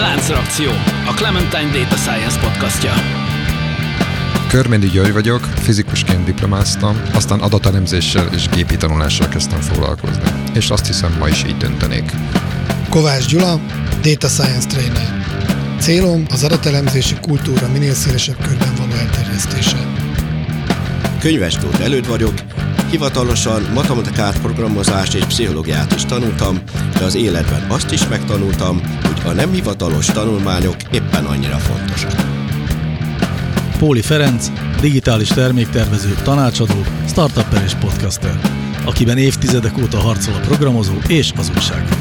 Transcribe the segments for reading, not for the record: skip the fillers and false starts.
Láncreakció, a Clementine Data Science podcastja. Körméndi György vagyok, fizikusként diplomáztam, aztán adatelemzéssel és gépi tanulással kezdtem foglalkozni. És azt hiszem, ma is így döntenék. Kovács Gyula, Data Science Trainer. Célom az adatelemzési kultúra minél szélesebb körben való elterjesztése. Könyves Tóth Előd vagyok, hivatalosan matematikát, programozást és pszichológiát is tanultam, de az életben azt is megtanultam, hogy a nem hivatalos tanulmányok éppen annyira fontosak. Póli Ferenc, digitális terméktervező, tanácsadó, startupper és podcaster, akiben évtizedek óta harcol a programozó és az újságíró.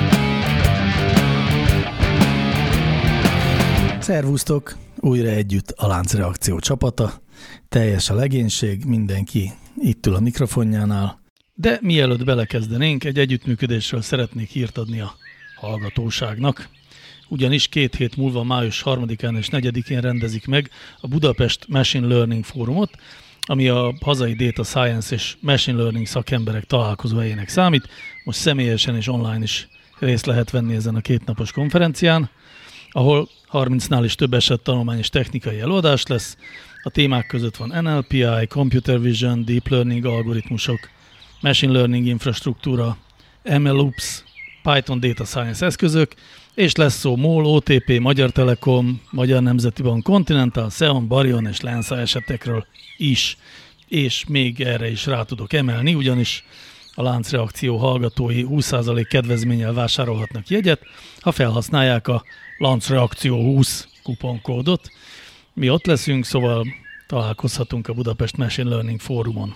Szervusztok! Újra együtt a Láncreakció csapata. Teljes a legénység, mindenki itt ül a mikrofonjánál. De mielőtt belekezdenénk, egy együttműködésről szeretnék hírt adni a hallgatóságnak. Ugyanis 2 hét múlva, május 3-án és 4-én rendezik meg a Budapest Machine Learning Fórumot, ami a hazai Data Science és Machine Learning szakemberek találkozó helyének számít. Most személyesen és online is részt lehet venni ezen a 2 napos konferencián, ahol 30-nál is több esettanulmány és technikai előadás lesz. A témák között van NLPI, Computer Vision, Deep Learning algoritmusok, Machine Learning infrastruktúra, MLOps, Python Data Science eszközök, és lesz szó MOL, OTP, Magyar Telekom, Magyar Nemzeti Bank, Continental, Xeon, Barion és Lensa esetekről is. És még erre is rá tudok emelni, ugyanis a Láncreakció hallgatói 20% kedvezménnyel vásárolhatnak jegyet, ha felhasználják a Láncreakció 20 kuponkódot. Mi ott leszünk, szóval találkozhatunk a Budapest Machine Learning Fórumon.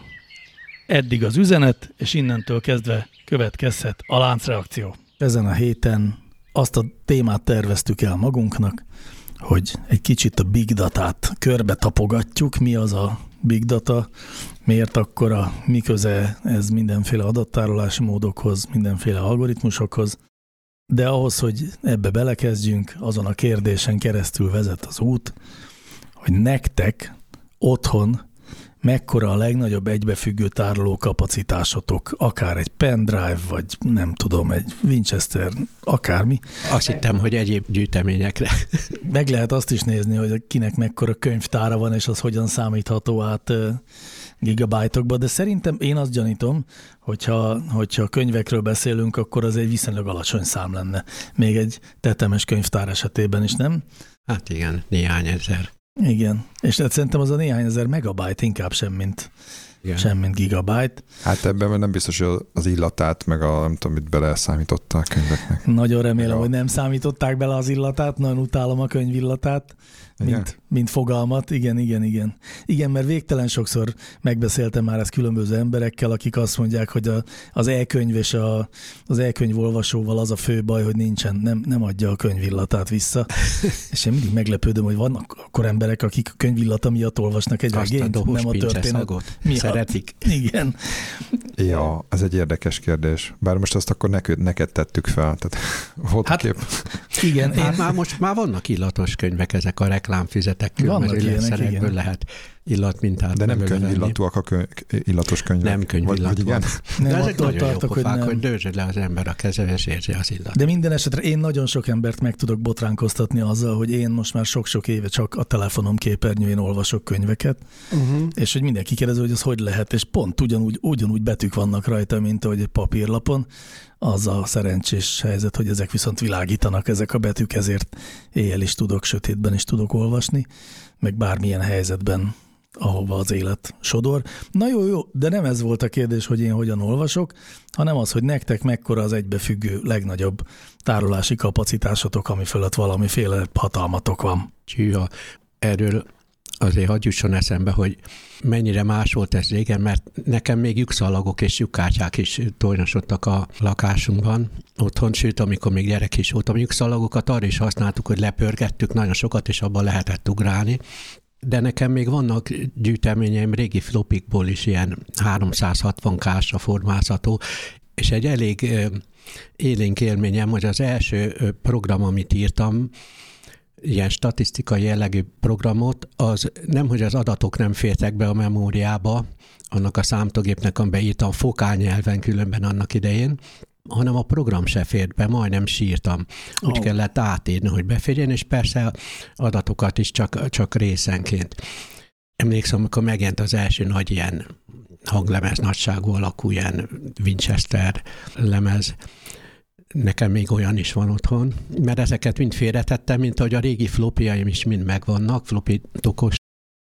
Eddig az üzenet, és innentől kezdve következhet a Láncreakció. Ezen a héten azt a témát terveztük el magunknak, hogy egy kicsit a Big Data-t körbe tapogatjuk. Mi az a Big Data, miért akkora, mi köze ez mindenféle adattárolási módokhoz, mindenféle algoritmusokhoz. De ahhoz, hogy ebbe belekezdjünk, azon a kérdésen keresztül vezet az út, hogy nektek otthon mekkora a legnagyobb egybefüggő tárolókapacitásotok, akár egy pendrive, vagy nem tudom, egy Winchester, akármi. Azt hittem, hogy egyéb gyűjteményekre. Meg lehet azt is nézni, hogy kinek mekkora könyvtára van, és az hogyan számítható át gigabájtokba, de szerintem én azt gyanítom, hogyha könyvekről beszélünk, akkor az egy viszonylag alacsony szám lenne. Még egy tetemes könyvtár esetében is, nem? Hát igen, néhány ezer. Igen, és szerintem az a néhány ezer megabyte inkább sem, mint gigabyte. Hát ebben nem biztos, hogy az illatát, meg a nem tudom, mit beleszámították könyveknek. Nagyon remélem, hogy nem számították bele az illatát, nagyon utálom a könyv illatát, mint fogalmat. Igen. Igen, mert végtelen sokszor megbeszéltem már ezt különböző emberekkel, akik azt mondják, hogy az e-könyv és az e-könyv olvasóval az a fő baj, hogy nem adja a könyv illatát vissza. És én mindig meglepődöm, hogy vannak akkor emberek, akik a könyv illata miatt olvasnak egy regényt, nem a történet miatt. Szeretik. Igen. Ja, ez egy érdekes kérdés. Bár most azt akkor neked tettük fel. Tehát volt a kép. Igen. Már vannak illatos könyvek, ezek a reklámfüzetek különböző lehet illatmintát. De nem könyvillatúak a illatos könyvek. Nem könyvillatúak. De ezek nagyon jó pofák, hogy dőzsöd le az ember a keze, és érzi az illat. De minden esetre én nagyon sok embert meg tudok botránkoztatni azzal, hogy én most már sok-sok éve csak a telefonom képernyőjén olvasok könyveket, és hogy mindenki kérdezi, hogy az hogy lehet, és pont ugyanúgy betűk vannak rajta, mint ahogy egy papírlapon. Az a szerencsés helyzet, hogy ezek viszont világítanak, ezek a betűk, ezért éjjel is tudok, sötétben is tudok olvasni, meg bármilyen helyzetben, ahova az élet sodor. Na jó, de nem ez volt a kérdés, hogy én hogyan olvasok, hanem az, hogy nektek mekkora az egybefüggő legnagyobb tárolási kapacitásotok, ami fölött valamiféle hatalmatok van. Csűha, erről azért hadd jusson eszembe, hogy mennyire más volt ez régen, mert nekem még lyukszalagok és lyukkártyák is tornyosodtak a lakásunkban otthon, sőt, amikor még gyerek is voltam, lyukszalagokat arra is használtuk, hogy lepörgettük nagyon sokat, és abban lehetett ugrálni. De nekem még vannak gyűjteményeim régi flopikból is ilyen 360K-sra formázható, és egy elég élénk élményem, hogy az első program, amit írtam, ilyen statisztikai jellegű programot, az nem, hogy az adatok nem fértek be a memóriába, annak a számítógépnek, amiben írtam fokányelven különben annak idején, hanem a program se fért be, majdnem sírtam. Úgy kellett átírni, hogy beférjen, és persze adatokat is csak részenként. Emlékszem, amikor megjelent az első nagy ilyen hanglemez nagyságú alakú ilyen Winchester lemez, nekem még olyan is van otthon, mert ezeket mind félretettem, mint ahogy a régi floppyjaim is mind megvannak, floppy tokos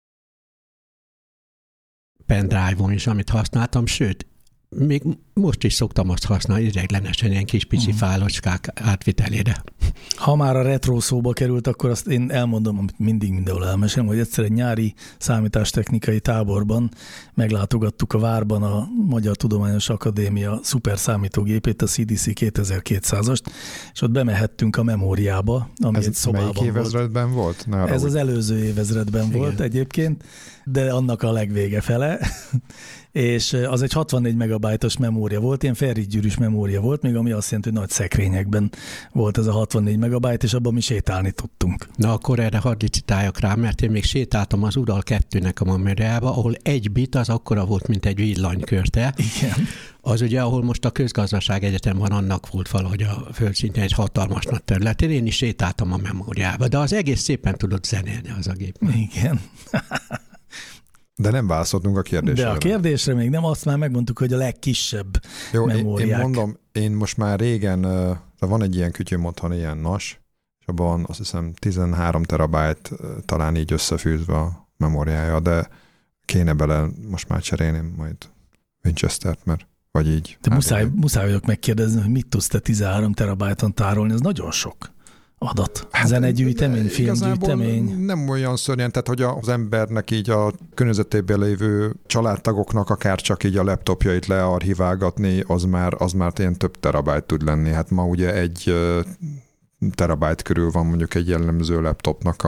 pendrive-on is, amit használtam, sőt, még most is szoktam azt használni ideiglenesen ilyen kis pici fálocskák átvitelére. Ha már a retro szóba került, akkor azt én elmondom, amit mindig mindenhol elmesélem, hogy egyszer egy nyári számítástechnikai táborban meglátogattuk a Várban a Magyar Tudományos Akadémia szuperszámítógépét, a CDC 2200-ast, és ott bemehettünk a memóriába, ami egy szobában volt. Melyik évezredben volt? Ez az előző évezredben volt egyébként, de annak a legvége fele, és az egy 64 megabájtos memória volt, ilyen ferritgyűrűs memória volt, még ami azt jelenti, hogy nagy szekrényekben volt ez a 64 megabájt, és abban mi sétálni tudtunk. Na akkor erre hadd licitáljak rá, mert én még sétáltam az Ural 2-nek a memóriába, ahol egy bit az akkora volt, mint egy villanykörte. Igen. Az ugye, ahol most a Közgazdaság Egyetem van, annak volt valahogy a földszintén egy hatalmas nagy területén, én is sétáltam a memóriába, de az egész szépen tudott zenélni az a gép. Igen. De nem válaszoltunk a kérdésre. De a kérdésre még nem, azt már megmondtuk, hogy a legkisebb memóriák. Én mondom, én most már régen, de van egy ilyen kütyőm otthon, ilyen NAS, és abban van azt hiszem 13 terabájt talán így összefűzve a memóriája, de kéne bele most már cserélni majd Winchester-t, mert vagy így. De muszáj vagyok megkérdezni, hogy mit tudsz te 13 terabájton tárolni, ez nagyon sok adat. Zenegyűjtemény, filmgyűjtemény. Nem olyan szörnyen, tehát hogy az embernek így a környezetében lévő családtagoknak akár csak így a laptopjait learchiválgatni, az már ilyen több terabájt tud lenni. Hát ma ugye 1 terabájt körül van mondjuk egy jellemző laptopnak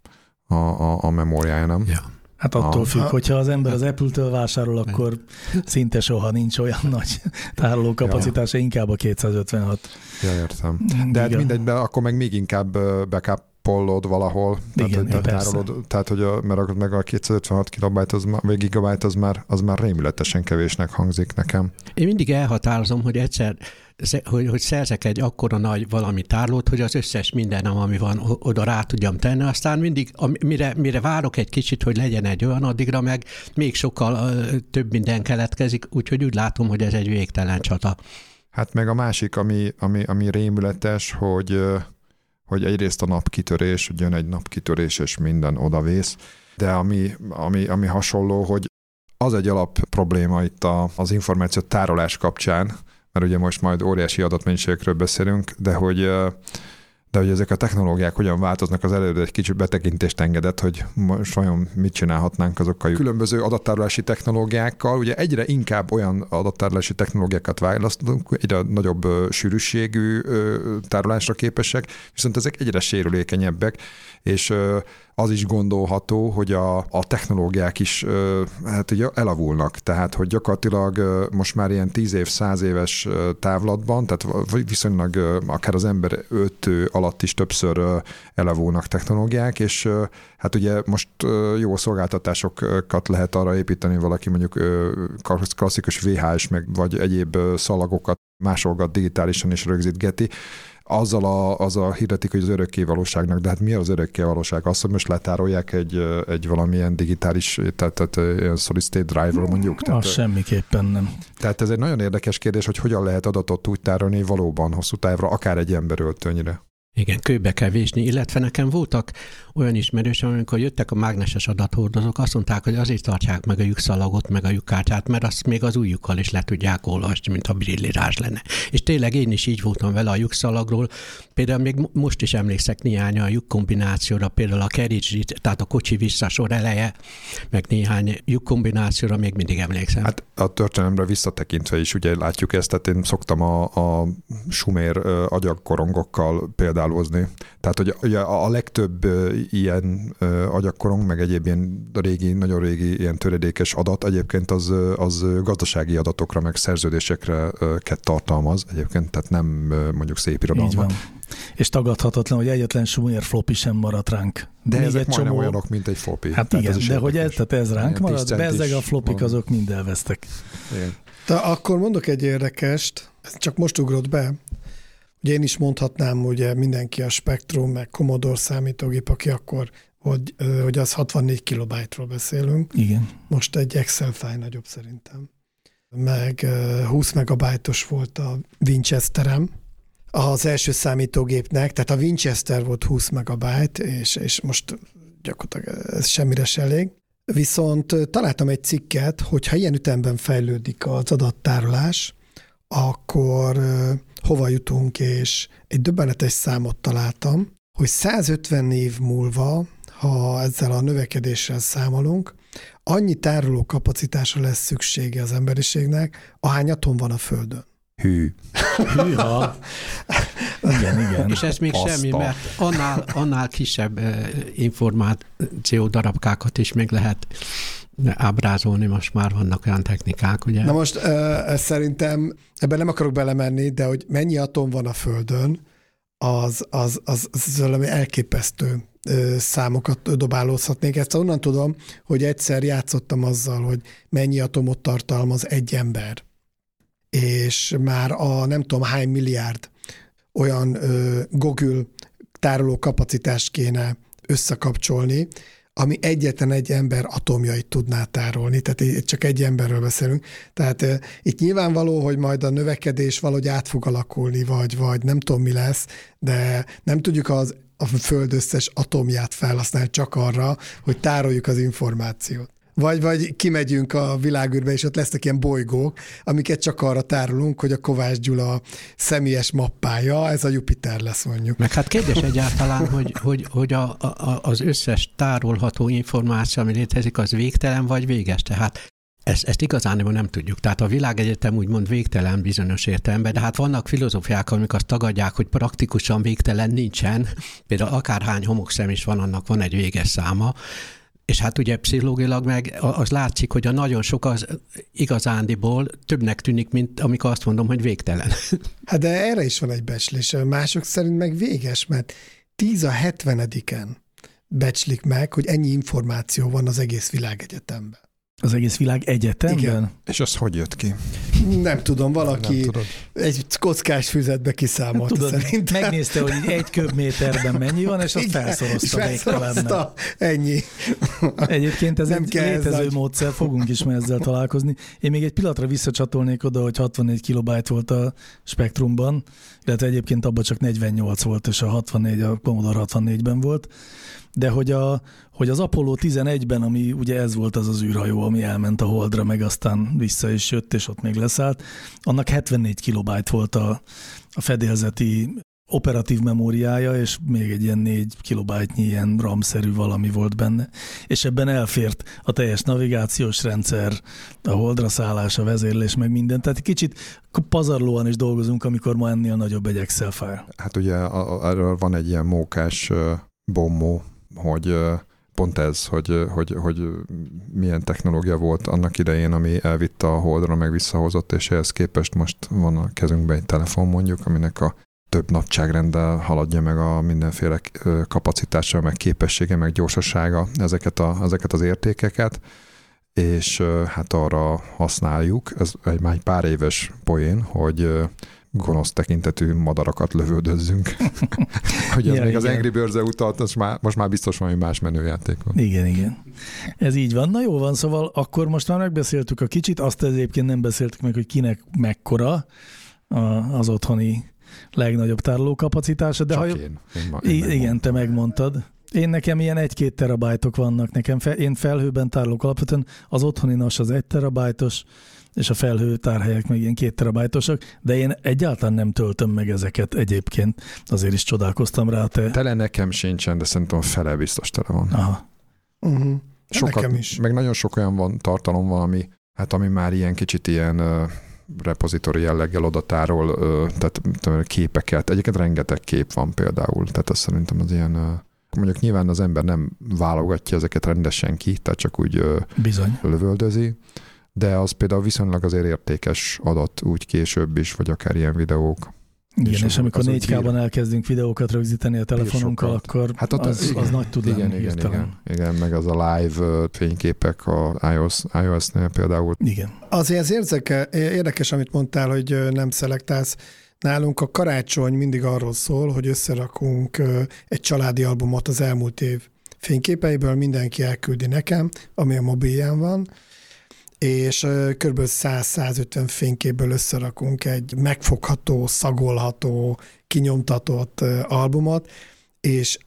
a memóriája, nem? Ja. Hát attól függ, hogyha az ember az Apple-től vásárol, akkor szinte soha nincs olyan nagy tárolókapacitása, inkább a 256. Ja, értem. De hát mindegy, de akkor meg még inkább backup-ollod valahol. Igen, tehát, tárolod, tehát hogy meg a 256 kilobájt, vagy gigabyte az már rémületesen kevésnek hangzik nekem. Én mindig elhatározom, hogy egyszer hogy szerzek egy akkora nagy valami tárlót, hogy az összes mindenem, ami van, oda rá tudjam tenni, aztán mindig, mire várok egy kicsit, hogy legyen egy olyan, addigra meg még sokkal több minden keletkezik, úgyhogy úgy látom, hogy ez egy végtelen csata. Hát meg a másik, ami rémületes, hogy egyrészt a napkitörés, hogy jön egy napkitörés, és minden odavész, de ami hasonló, hogy az egy alap probléma itt az információ tárolás kapcsán, mert ugye most majd óriási adatmennyiségekről beszélünk, de hogy ezek a technológiák hogyan változnak, az előbb egy kicsit betekintést engedett, hogy most vajon mit csinálhatnánk azokkal különböző adattárolási technológiákkal. Ugye egyre inkább olyan adattárolási technológiákat választunk, egyre nagyobb sűrűségű tárolásra képesek, viszont ezek egyre sérülékenyebbek, és az is gondolható, hogy a technológiák is hát ugye elavulnak, tehát hogy gyakorlatilag most már ilyen 10 év, 100 éves távlatban, tehát viszonylag akár az ember öltő alatt is többször elavulnak technológiák, és hát ugye most jó szolgáltatásokat lehet arra építeni, valaki mondjuk klasszikus VHS meg vagy egyéb szalagokat másolgat digitálisan és rögzítgeti, azzal hirdetik, hogy az örökké valóságnak, de hát mi az örökké valóság? Azt, hogy most letárolják egy valamilyen digitális, tehát ilyen solid state drive-ról mondjuk? Tehát, semmiképpen nem. Tehát ez egy nagyon érdekes kérdés, hogy hogyan lehet adatot úgy tárolni valóban hosszú távra, akár egy emberöltőnyire. Igen, kőbe kell vésni, illetve nekem voltak olyan ismerősök, amikor jöttek a mágneses adathordozók, azt mondták, hogy azért tartják meg a lyukszalagot, meg a lyukkártyát, mert azt még az ujjukkal is le tudják olvasni, mint ha brillirás lenne. És tényleg én is így voltam vele a lyukszalagról. Például még most is emlékszek néhány a lyukkombinációra, például a carriage, tehát a kocsi visszasor eleje, meg néhány lyukkombinációra még mindig emlékszem. Hát a történelemre visszatekintve is ugye látjuk ezt, tehát én szoktam a sumér agyagkorongokkal például szocializálódni. Tehát, hogy ugye a legtöbb ilyen agyakkorong, meg egyéb ilyen nagyon régi ilyen töredékes adat egyébként az gazdasági adatokra, meg szerződésekre tartalmaz egyébként, tehát nem mondjuk szép irodalmat. És tagadhatatlan, hogy egyetlen Schumer floppy sem maradt ránk. De még ezek majdnem olyanok, mint egy floppy. Hát igen, ez de hogy ez ránk marad, bezzeg a floppik azok mind elvesztek. Igen. De akkor mondok egy érdekest, ez csak most ugrott be. Ugye én is mondhatnám, ugye mindenki a Spectrum, meg Commodore számítógép, aki akkor volt, hogy az 64 kilobájtról beszélünk. Igen. Most egy Excel fájl nagyobb szerintem. Meg 20 megabájtos volt a Winchesterem az első számítógépnek, tehát a Winchester volt 20 megabájt, és most gyakorlatilag ez semmire se elég. Viszont találtam egy cikket, hogy ha ilyen ütemben fejlődik az adattárolás, akkor hova jutunk, és egy döbbenetes számot találtam, hogy 150 év múlva, ha ezzel a növekedéssel számolunk, annyi tároló kapacitásra lesz szüksége az emberiségnek, ahány atom van a Földön. Hűha. Igen. És ez még semmi, mert annál kisebb információ darabkákat is még lehet ábrázolni, most már vannak olyan technikák, ugye? Na most szerintem ebben nem akarok belemenni, de hogy mennyi atom van a Földön, az valami elképesztő számokat dobálózhatnék. Ezt onnan tudom, hogy egyszer játszottam azzal, hogy mennyi atomot tartalmaz egy ember. És már a nem tudom hány milliárd olyan Google tároló kapacitást kéne összekapcsolni, ami egyetlen egy ember atomjait tudná tárolni, tehát csak egy emberről beszélünk. Tehát itt nyilvánvaló, hogy majd a növekedés valahogy át fog alakulni, vagy nem tudom mi lesz, de nem tudjuk a Föld összes atomját felhasználni csak arra, hogy tároljuk az információt. Vagy kimegyünk a világűrbe, és ott lesznek ilyen bolygók, amiket csak arra tárolunk, hogy a Kovács Gyula személyes mappája, ez a Jupiter lesz mondjuk. Meg hát kérdés egyáltalán, hogy az összes tárolható információ, ami létezik, az végtelen vagy véges. Tehát ezt igazán nem tudjuk. Tehát a világegyetem úgymond végtelen bizonyos értelemben, de hát vannak filozófiák, amik azt tagadják, hogy praktikusan végtelen nincsen. Például akárhány homokszem is van, annak van egy véges száma. És hát ugye pszichológilag meg az látszik, hogy a nagyon sok az igazándiból többnek tűnik, mint amikor azt mondom, hogy végtelen. Hát de erre is van egy becslés. Mások szerint meg véges, mert 10/70 becslik meg, hogy ennyi információ van az egész világegyetemben. Az egész világ egyetemben? Igen. És az hogy jött ki? Nem tudom, valaki nem egy kockás füzetbe kiszámolta szerintem. Megnézte, hogy így 1 köbméterben mennyi van, és azt felszorozta végtelennel. Ennyi. Egyébként ez egy létező módszer, fogunk is ezzel találkozni. Én még egy pillanatra visszacsatolnék oda, hogy 64 kilobájt volt a Spektrumban, illetve egyébként abban csak 48 volt, és a 64 a Commodore 64-ben volt. De hogy az Apollo 11-ben, ami ugye ez volt az űrhajó, ami elment a Holdra, meg aztán vissza is jött, és ott még leszállt, annak 74 kilobájt volt a fedélzeti operatív memóriája, és még egy ilyen 4 kilobájtnyi ilyen RAM-szerű valami volt benne. És ebben elfért a teljes navigációs rendszer, a Holdra szállás, a vezérlés, meg minden. Tehát kicsit pazarlóan is dolgozunk, amikor ma ennél nagyobb egy Excel file. Hát ugye erről van egy ilyen mókás bombó, hogy pont ez, hogy milyen technológia volt annak idején, ami elvitte a Holdra, meg visszahozott, és ehhez képest most van a kezünkben egy telefon mondjuk, aminek a több nagyságrenddel haladja meg a mindenféle kapacitása, meg képessége, meg gyorsasága ezeket az értékeket, és hát arra használjuk, ez egy pár éves poén, hogy gonosz tekintetű madarakat lövöldözzünk. Hogy ez még az Angry Birds-e utalt, most már biztos valami más menőjáték van. Igen. Ez így van. Na jó van, szóval akkor most már megbeszéltük a kicsit, azt egyébként nem beszéltük meg, hogy kinek mekkora az otthoni legnagyobb tárolókapacitása. De Csak igen, te megmondtad. Én nekem ilyen 1-2 terabájtok vannak nekem. Én felhőben tárolok alapvetően, az otthoni NAS az 1 terabájtos, és a felhő tárhelyek meg ilyen 2 terabájtosak, de én egyáltalán nem töltöm meg ezeket egyébként. Azért is csodálkoztam rá. Tele nekem sincsen, de szerintem fele biztos tele van. Aha. Nekem is. Meg nagyon sok olyan tartalom van, ami már ilyen kicsit ilyen repozitori jelleggel odatárol, tehát képeket. Egyébként rengeteg kép van például, tehát azt szerintem az ilyen, mondjuk nyilván az ember nem válogatja ezeket rendesen ki, tehát csak úgy lövöldözi, de az például viszonylag azért értékes adat úgy később is, vagy akár ilyen videók. Igen, és amikor 4K-ban elkezdünk videókat rögzíteni a telefonunkkal, akkor hát az nagy tud lenni hirtelen. Igen, meg az a live fényképek a iOS-nél például. Igen. Azért ez érdekes, amit mondtál, hogy nem szelektálsz. Nálunk a karácsony mindig arról szól, hogy összerakunk egy családi albumot az elmúlt év fényképeiből, mindenki elküldi nekem, ami a mobilján van, és kb. 100-150 fényképből összerakunk egy megfogható, szagolható, kinyomtatott albumot, és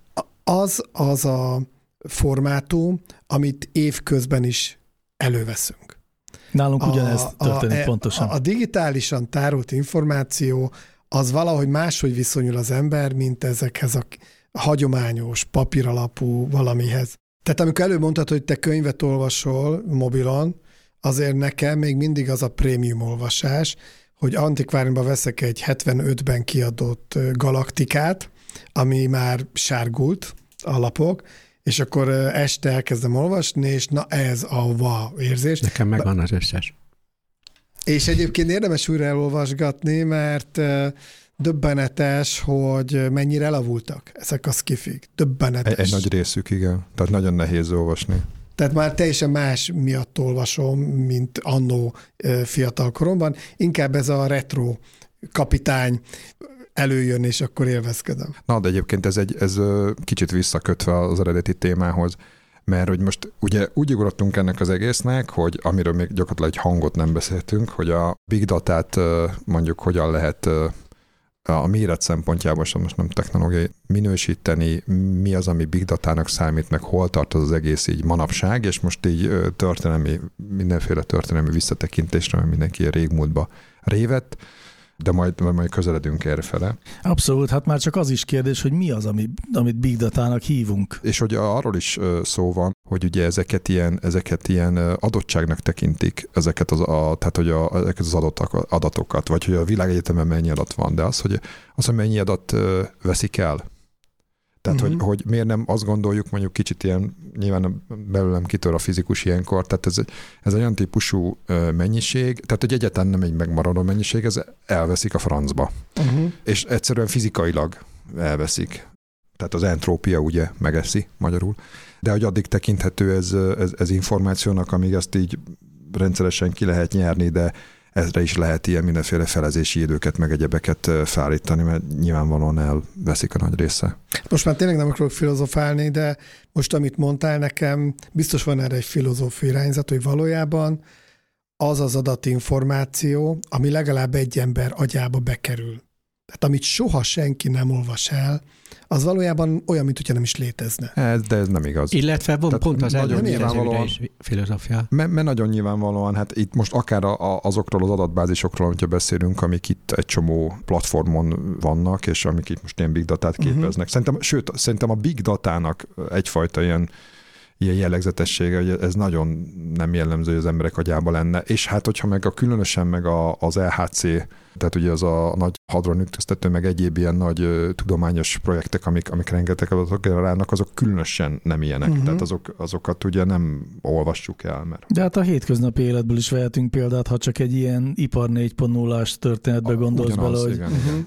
az a formátum, amit évközben is előveszünk. Nálunk ugyanez történik pontosan. A digitálisan tárolt információ az valahogy máshogy viszonyul az ember, mint ezekhez a hagyományos, papíralapú valamihez. Tehát amikor előmondtad, hogy te könyvet olvasol mobilon, azért nekem még mindig az a prémium olvasás, hogy antikváriumban veszek egy 75-ben kiadott Galaktikát, ami már sárgult a lapok, és akkor este elkezdem olvasni, és na ez a wow érzés. Nekem megvan az összes. És egyébként érdemes újra elolvasgatni, mert döbbenetes, hogy mennyire elavultak ezek a skifik. Döbbenetes. Egy nagy részük, igen. Tehát nagyon nehéz olvasni. Tehát már teljesen más miatt olvasom, mint annó fiatal koromban. Inkább ez a retro kapitány előjön, és akkor élvezkedem. Na, de egyébként ez kicsit visszakötve az eredeti témához, mert hogy most ugye úgy ugrottunk ennek az egésznek, hogy amiről még gyakorlatilag egy hangot nem beszéltünk, hogy a big datát mondjuk hogyan lehet a méret szempontjából, most nem technológiai, minősíteni, mi az, ami big datának számít, meg hol tart az egész így manapság, és most így mindenféle történelmi visszatekintésre, mert mindenki a régmúltba révett, de majd közeledünk errefele. Abszolút, hát már csak az is kérdés, hogy mi az, amit big datának hívunk. És hogy arról is szó van, hogy ugye ezeket ilyen adottságnak tekintik, ezeket az adatokat, vagy hogy a világegyetemen mennyi adat van, de hogy mennyi adat veszik el. Tehát, hogy miért nem azt gondoljuk, mondjuk kicsit ilyen, nyilván belőlem kitör a fizikus ilyenkor, tehát ez olyan típusú mennyiség, tehát hogy egyáltalán nem egy megmaradó mennyiség, ez elveszik a francba. És egyszerűen fizikailag elveszik. Tehát az entrópia ugye megeszi magyarul. De hogy addig tekinthető ez információnak, amíg ezt így rendszeresen ki lehet nyerni, de ezre is lehet ilyen mindenféle felezési időket, meg egyebeket felállítani, mert nyilvánvalóan elveszik a nagy része. Most már tényleg nem akarok filozofálni, de most, amit mondtál nekem, biztos van erre egy filozófiai irányzat, hogy valójában az adatinformáció, ami legalább egy ember agyába bekerül. Tehát amit soha senki nem olvas el, az valójában olyan, mint hogyha nem is létezne. De ez nem igaz. Illetve van pont az nyilvánvalóan is filozófia. Mert nagyon nyilvánvalóan, hát itt most akár azokról az adatbázisokról, hogyha beszélünk, amik itt egy csomó platformon vannak, és amik itt most ilyen big datát képeznek. Szerintem a big datának egyfajta ilyen jellegzetessége, hogy ez nagyon nem jellemző, hogy az emberek agyába lenne. És hát, hogyha különösen meg az LHC, tehát ugye az a nagy hadron ütköztető, meg egyéb ilyen nagy tudományos projektek, amik rengeteg adatok generálnak, azok különösen nem ilyenek. Tehát azokat ugye nem olvassuk el. De hát a hétköznapi életből is vehetünk példát, ha csak egy ilyen ipar 4.0-ás történetbe gondolsz bele, hogy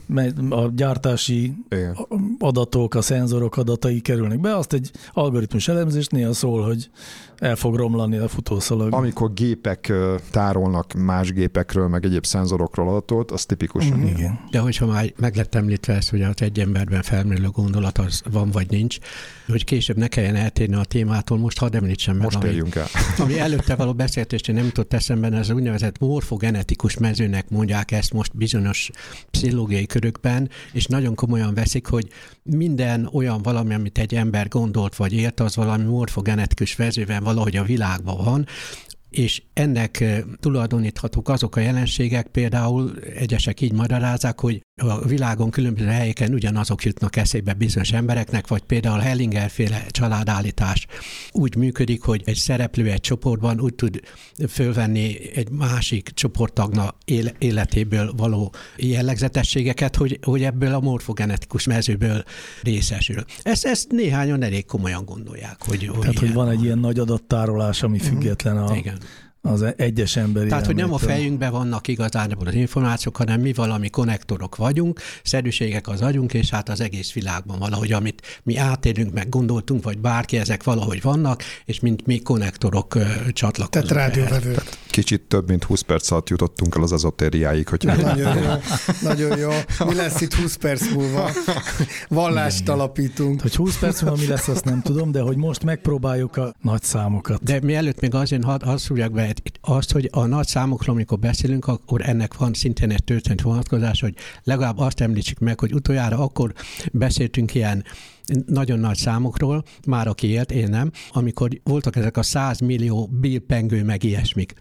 a gyártási adatok, a szenzorok adatai kerülnek be, azt egy algoritmus elemzés néha szól, hogy el fog romlani a futószalag. Amikor gépek tárolnak más gépekről, meg egyéb szenzorokról adatot, az tipikusan. Igen. De hogyha már meg lett említve ez, hogy az egy emberben felmerülő gondolat az van vagy nincs, hogy később ne kelljen eltérni a témától, most hadd említsem meg. Most térjünk el. Ami előtte való beszélgetésre nem jutott eszemben, ez az úgynevezett morfogenetikus mezőnek mondják ezt most bizonyos pszichológiai körökben, és nagyon komolyan veszik, hogy minden olyan valami, amit egy ember gondolt vagy élt, az valami morfogenetikus mezőben valahogy a világban van. és ennek tulajdoníthatók azok a jelenségek, például egyesek így magyarázzák, hogy a világon különböző helyeken ugyanazok jutnak eszébe bizonyos embereknek, vagy például Hellinger-féle családállítás úgy működik, hogy egy szereplő egy csoportban úgy tud fölvenni egy másik csoporttagnak életéből való jellegzetességeket, hogy ebből a morfogenetikus mezőből részesül. Ezt néhányan elég komolyan gondolják. Hogy van egy ilyen nagy adattárolás, ami független igen. Az egyes emberi. Tehát, hogy nem a fejünkben vannak igazából az információk, hanem mi valami konnektorok vagyunk, szerűségek az agyunk, és hát az egész világban valahogy, amit mi átélünk, meg gondoltunk, vagy bárki, ezek valahogy vannak, és mint mi konnektorok csatlakozunk. Tehát rádióvevők. Kicsit több mint 20 perc alatt jutottunk el az ezotériáig, hogy... Nagyon jó, nagyon jó. Mi lesz itt 20 perc múlva? Vallást alapítunk. Hogy 20 perc múlva mi lesz, azt nem tudom, de hogy most megpróbáljuk a nagy számokat. De mielőtt még azért azt mondják be, azt, hogy a nagy számokról, amikor beszélünk, akkor ennek van szintén egy történet vonatkozás, hogy legalább azt említsük meg, hogy utoljára akkor beszéltünk ilyen nagyon nagy számokról, már aki élt, én nem, amikor voltak ezek a 100 millió bilpengő meg ilyesmik.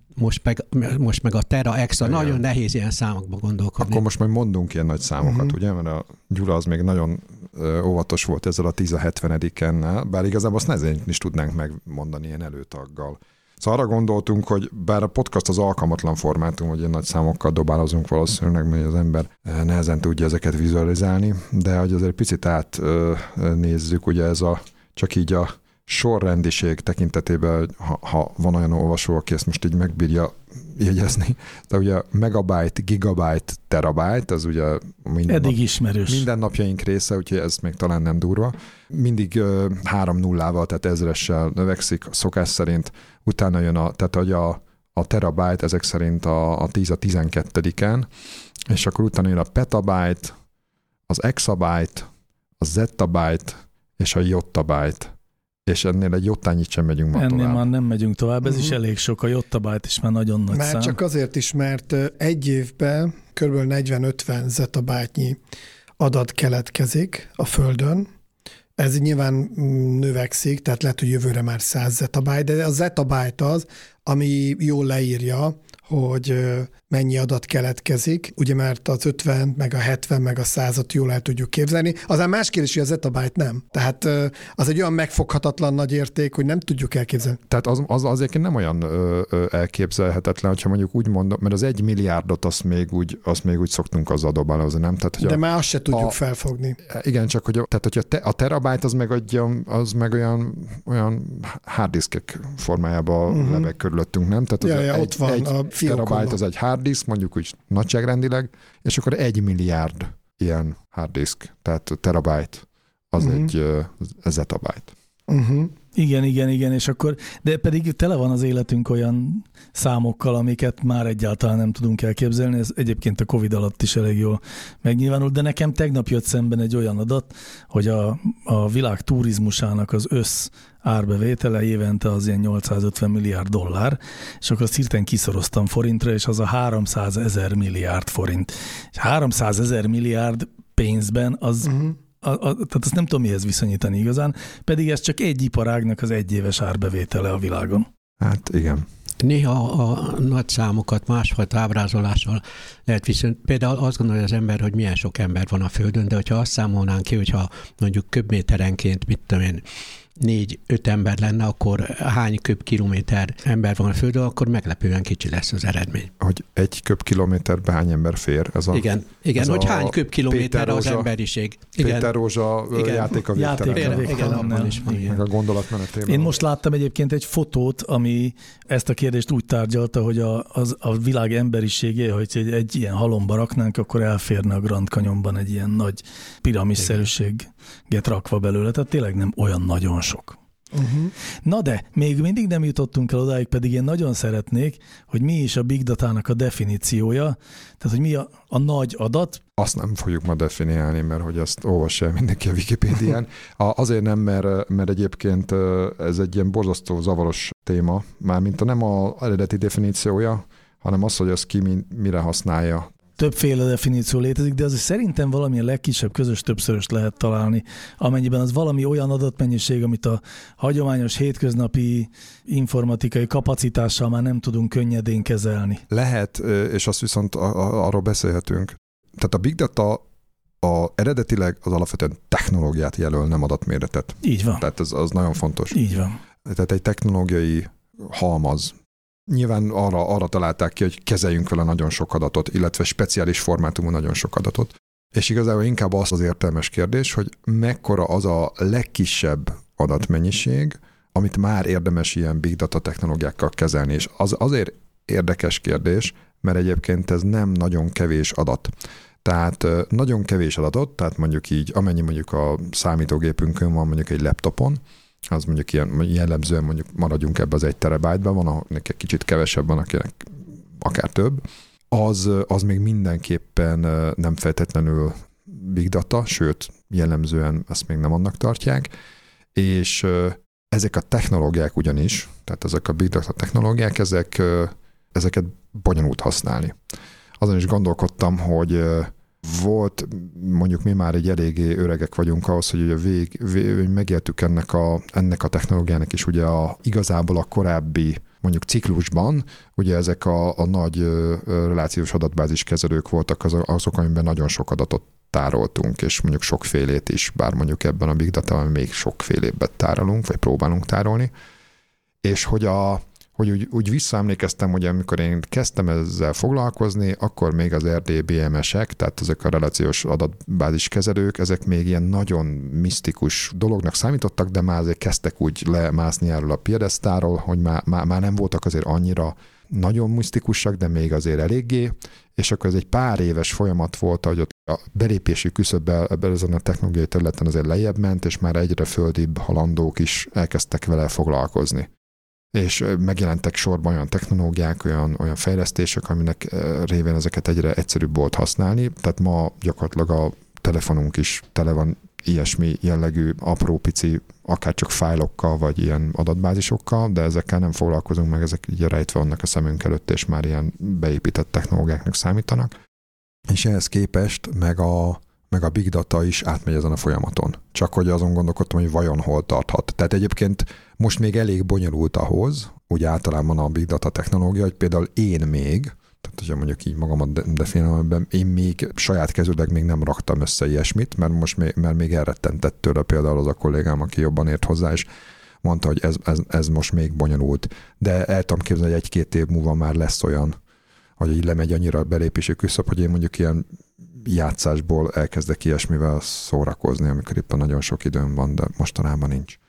Most meg a tera extra, nagyon nehéz ilyen számokba gondolkodni. Akkor most majd mondunk ilyen nagy számokat, ugye? Mert a Gyula az még nagyon óvatos volt ezzel a 10-70-ennel, bár igazából azt nehezen is tudnánk megmondani ilyen előtaggal. Szóval arra gondoltunk, hogy bár a podcast az alkalmatlan formátum, hogy ilyen nagy számokkal dobálozunk valószínűleg, mert az ember nehezen tudja ezeket vizualizálni, de hogy azért picit átnézzük, ugye ez csak így a sorrendiség tekintetében, ha van olyan olvasó, aki ezt most így megbírja jegyezni, de ugye megabyte, gigabyte, terabyte, ez ugye eddig ismerős. Mindennapjaink része, úgyhogy ez még talán nem durva. Mindig 3 nullával, tehát ezressel növekszik szokás szerint, utána jön a terabyte, ezek szerint a 10-12-en, és akkor utána jön a petabyte, az exabyte, a zettabyte és a jottabyte. És ennél egy jottányit sem megyünk már tovább. Ennél már nem megyünk tovább, ez is elég sok, a jottabyte is már nagyon nagy szám. Csak azért is, mert egy évben kb. 40-50 zettabyte-nyi adat keletkezik a Földön. Ez nyilván növekszik, tehát lehet, hogy jövőre már 100 zettabyte, de a zettabyte az, ami jól leírja, hogy mennyi adat keletkezik, ugye mert az 50, meg a 70, meg a 100-at jól el tudjuk képzelni. Aztán más kérdés, hogy a zettabyte nem. Tehát az egy olyan megfoghatatlan nagy érték, hogy nem tudjuk elképzelni. Tehát az azért nem olyan elképzelhetetlen, hogyha mondjuk úgy mondom, mert az 1 milliárdot azt még úgy szoktunk azzal dobálózni, nem? Tehát, de már azt se tudjuk felfogni. Igen, csak hogy a terabyte az meg olyan harddiskek formájában lebeg körülöttünk, nem? Tehát ott van a terabyte az egy harddisk, mondjuk úgy nagyságrendleg, és akkor 1 milliárd ilyen harddisk, tehát terabyte az egy zettabyte. Igen, és akkor, de pedig tele van az életünk olyan számokkal, amiket már egyáltalán nem tudunk elképzelni, ez egyébként a Covid alatt is elég jól megnyilvánult, de nekem tegnap jött szemben egy olyan adat, hogy a világ turizmusának az árbevétele évente az ilyen $850 milliárd, és akkor azt hirtelen kiszoroztam forintra, és az a 300 000 milliárd forint. És 300 000 milliárd pénzben az... Tehát azt nem tudom mihez viszonyítani igazán, pedig ez csak egy iparágnak az egyéves árbevétele a világon. Hát igen. Néha a nagy számokat másfajta ábrázolással lehet viszont. Például azt gondolja az ember, hogy milyen sok ember van a Földön, de hogyha azt számolnánk ki, hogyha mondjuk köbméterenként, 4-5 ember lenne, akkor hány köbkilométer ember van a Földön, akkor meglepően kicsi lesz az eredmény. Hogy 1 köbkilométerbe hány ember fér? Igen, hogy hány köbkilométer az emberiség. Péter Rózsa játék a végtelennel. Meg a gondolatmenetében. Én most láttam egyébként egy fotót, ami ezt a kérdést úgy tárgyalta, hogy a világ emberiségé, hogy egy ilyen halomba raknánk, akkor elférne a Grand Canyonban egy ilyen nagy piramisszerűséget rakva belőle, tehát tényleg nem olyan nagyon sok. Na de, még mindig nem jutottunk el odáig, pedig én nagyon szeretnék, hogy mi is a Big Data-nak a definíciója, tehát hogy mi a nagy adat. Azt nem fogjuk ma definiálni, mert hogy azt olvassa mindenki a Wikipédián. Azért nem, mert egyébként ez egy ilyen borzasztó zavaros téma, mármint nem az eredeti definíciója, hanem az, hogy az ki mire használja. többféle definíció létezik, de azért szerintem valamilyen legkisebb közös többszöröst lehet találni, amennyiben az valami olyan adatmennyiség, amit a hagyományos hétköznapi informatikai kapacitással már nem tudunk könnyedén kezelni. Lehet, és azt viszont arról beszélhetünk. Tehát a Big Data eredetileg az alapvetően technológiát jelöl, nem adatméretet. Így van. Tehát az nagyon fontos. Így van. Tehát egy technológiai halmaz. Nyilván arra találták ki, hogy kezeljünk vele nagyon sok adatot, illetve speciális formátumú nagyon sok adatot. És igazából inkább az értelmes kérdés, hogy mekkora az a legkisebb adatmennyiség, amit már érdemes ilyen big data technológiákkal kezelni. És az azért érdekes kérdés, mert egyébként ez nem nagyon kevés adat. Tehát nagyon kevés adatot, tehát mondjuk így, amennyi mondjuk a számítógépünkön van, mondjuk egy laptopon, az mondjuk ilyen jellemzően mondjuk maradjunk ebbe az 1 terabájtban, van, akinek egy kicsit kevesebb van, akinek akár több, az még mindenképpen nem feltétlenül big data, sőt, jellemzően ezt még nem annak tartják, és ezek a technológiák ugyanis, tehát ezek a big data technológiák, ezeket bonyolult használni. Azon is gondolkodtam, hogy volt, mondjuk mi már egy eléggé öregek vagyunk ahhoz, hogy ugye megéltük ennek a technológiának is ugye igazából a korábbi mondjuk ciklusban, ugye ezek a nagy relációs adatbázis kezelők voltak azok, amiben nagyon sok adatot tároltunk, és mondjuk sokfélét is, bár mondjuk ebben a Big Data-ban még sokfélébet tárolunk, vagy próbálunk tárolni, és hogy úgy visszaemlékeztem, hogy amikor én kezdtem ezzel foglalkozni, akkor még az RDBMS-ek, tehát ezek a relációs adatbázis kezelők, ezek még ilyen nagyon misztikus dolognak számítottak, de már azért kezdtek úgy lemászni erről a piedesztáról, hogy már nem voltak azért annyira nagyon misztikusak, de még azért eléggé, és akkor ez egy pár éves folyamat volt, hogy ott a belépési küszöb ezen a technológiai területen azért lejjebb ment, és már egyre földibb halandók is elkezdtek vele foglalkozni. És megjelentek sorban olyan technológiák, olyan fejlesztések, aminek révén ezeket egyre egyszerűbb volt használni. Tehát ma gyakorlatilag a telefonunk is tele van ilyesmi jellegű apró pici, akár csak fájlokkal, vagy ilyen adatbázisokkal, de ezekkel nem foglalkozunk, meg ezek így rejtve vannak a szemünk előtt, és már ilyen beépített technológiáknak számítanak. És ehhez képest meg a Big Data is átmegy ezen a folyamaton. Csak hogy azon gondolkodtam, hogy vajon hol tarthat. Tehát egyébként most még elég bonyolult ahhoz, úgy általában a Big Data technológia, hogy például én még, tehát hogyha mondjuk így magamat definiálom, én még saját kezűleg még nem raktam össze ilyesmit, mert még elrettentett tőle például az a kollégám, aki jobban ért hozzá, és mondta, hogy ez most még bonyolult. De el tudom képzelni, hogy 1-2 év múlva már lesz olyan, hogy így lemegy annyira a belépési küszöb, hogy én mondjuk ilyen játszásból elkezdek ilyesmivel szórakozni, amikor éppen nagyon sok időm van, de mostanában nincs.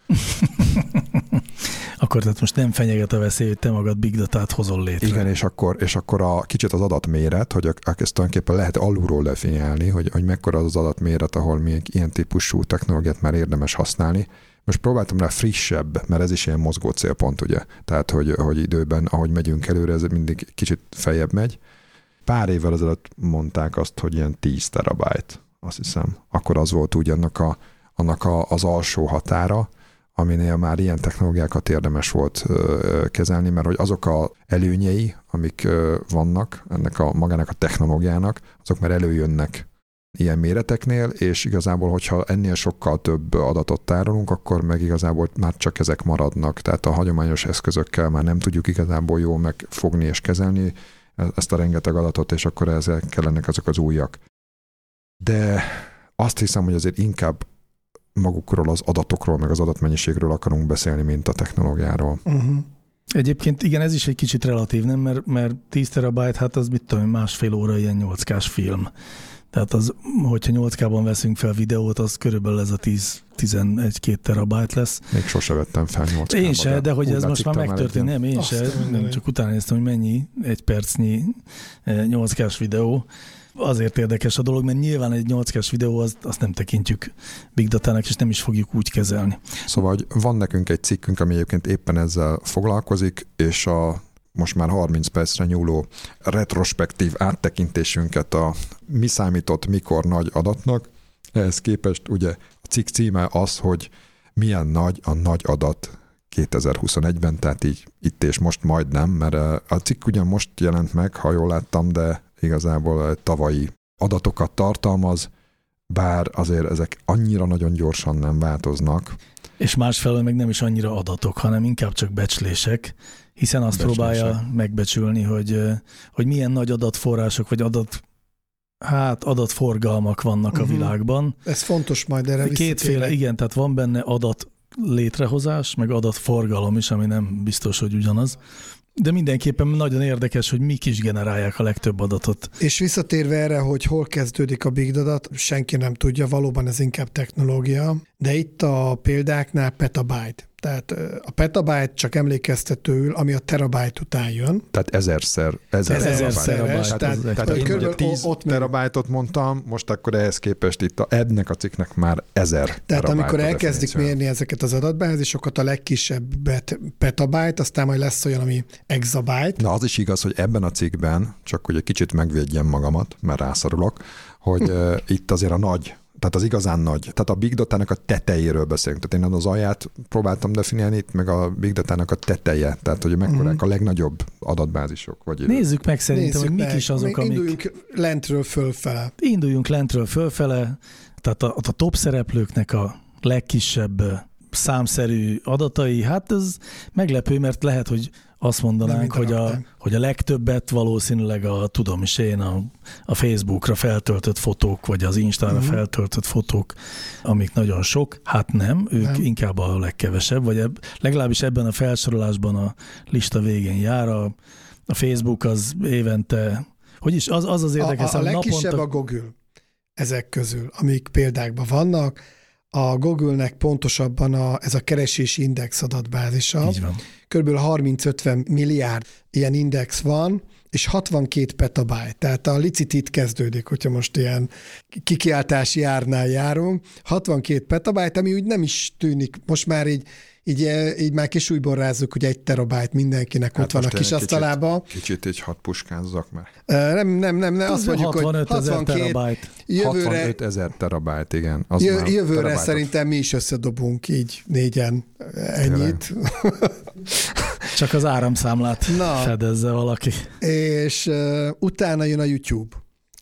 Akkor tehát most nem fenyeget a veszély, hogy te magad Big Data-t hozol létre. Igen, és akkor kicsit az adatméret, hogy ezt tulajdonképpen lehet alulról definiálni, hogy mekkora az adatméret, ahol még ilyen típusú technológiát már érdemes használni. Most próbáltam rá frissebb, mert ez is ilyen mozgó célpont, ugye? Tehát, hogy időben, ahogy megyünk előre, ez mindig kicsit feljebb megy. Pár évvel ezelőtt mondták azt, hogy ilyen 10 terabyte, azt hiszem. Akkor az volt úgy annak az alsó határa, aminél már ilyen technológiákat érdemes volt kezelni, mert hogy azok a előnyei, amik vannak magának a technológiának, azok már előjönnek ilyen méreteknél, és igazából, hogyha ennél sokkal több adatot tárolunk, akkor meg igazából már csak ezek maradnak. Tehát a hagyományos eszközökkel már nem tudjuk igazából jól megfogni és kezelni ezt a rengeteg adatot, és akkor ezek kellenek azok az újak. De azt hiszem, hogy azért inkább magukról, az adatokról, meg az adatmennyiségről akarunk beszélni, mint a technológiáról. Uh-huh. Egyébként igen, ez is egy kicsit relatív, nem? Mert 10 terabyte, hát az mit tudom, 1,5 óra ilyen 8K-s film. Tehát az, hogyha 8K-ban veszünk fel videót, az körülbelül ez a 10-11-2 terabyte lesz. Még sose vettem fel 8K-ba. Én se, de hogy ez most már megtörtént. Nem, én se. Csak utána néztem, hogy mennyi egy percnyi 8K-s videó. Azért érdekes a dolog, mert nyilván egy 8K-s videó, azt nem tekintjük Big Data-nak, és nem is fogjuk úgy kezelni. Szóval van nekünk egy cikkünk, ami egyébként éppen ezzel foglalkozik, és a most már 30 percre nyúló retrospektív áttekintésünket a mi számított mikor nagy adatnak. Ehhez képest ugye a cikk címe az, hogy milyen nagy a nagy adat 2021-ben, tehát így itt és most majdnem, mert a cikk ugyan most jelent meg, ha jól láttam, de igazából tavalyi adatokat tartalmaz, bár azért ezek annyira nagyon gyorsan nem változnak. És másfelől meg nem is annyira adatok, hanem inkább csak becslések, hiszen azt próbálja megbecsülni, hogy milyen nagy adatforrások, vagy adatforgalmak vannak a világban. Ez fontos majd erre Kétféle, igen, tehát van benne adat létrehozás, meg adatforgalom is, ami nem biztos, hogy ugyanaz. De mindenképpen nagyon érdekes, hogy mik is generálják a legtöbb adatot. És visszatérve erre, hogy hol kezdődik a big data, senki nem tudja, valóban ez inkább technológia, de itt a példáknál petabyte. Tehát a petabyte csak emlékeztetőül, ami a terabyte után jön. Tehát ezerszer terabyte. Tehát én ugye 10 terabájtot mondtam, most akkor ehhez képest itt ennek a cikknek már 1000 Tehát amikor elkezdik mérni ezeket az adatbázisokat, a legkisebbet petabyte, aztán majd lesz olyan, ami exabyte. Na az is igaz, hogy ebben a cikkben, csak hogy egy kicsit megvédjem magamat, mert rászorulok, hogy itt azért a nagy, tehát az igazán nagy, tehát a big data-nak a tetejéről beszélünk. Tehát én az alját próbáltam definiálni, itt meg a big data-nak a teteje, tehát hogy mekkorák a legnagyobb adatbázisok. Vagy Nézzük meg szerintem, hogy mik is azok, amik... Induljunk lentről fölfele. Induljunk lentről fölfele, tehát a top szereplőknek a legkisebb számszerű adatai, hát ez meglepő, mert lehet, hogy azt mondanánk, hogy a legtöbbet valószínűleg a Facebookra feltöltött fotók, vagy az Instára feltöltött fotók, amik nagyon sok. Hát nem, ők inkább a legkevesebb, vagy legalábbis ebben a felsorolásban a lista végén jár. A Facebook az évente, hogy is, az érdekes. A legkisebb a Google ezek közül, amik példákban vannak. A Google-nek pontosabban ez a keresési index adatbázisa. Így van. Körülbelül 30-50 milliárd ilyen index van, és 62 petabyte. Tehát a licit itt kezdődik, hogyha most ilyen kikiáltási árnál járunk. 62 petabyte, ami úgy nem is tűnik. Most már így már kisújból rázzuk, hogy 1 terabyte mindenkinek hát ott van a kis asztalába. Kicsit így hadd puskázzak már. Nem, azt mondjuk, hogy 62 terabyte. 65 000 terabyte, igen. Jövőre szerintem mi is összedobunk így 4-en ennyit. Csak az áramszámlát fedezze valaki. És utána jön a YouTube.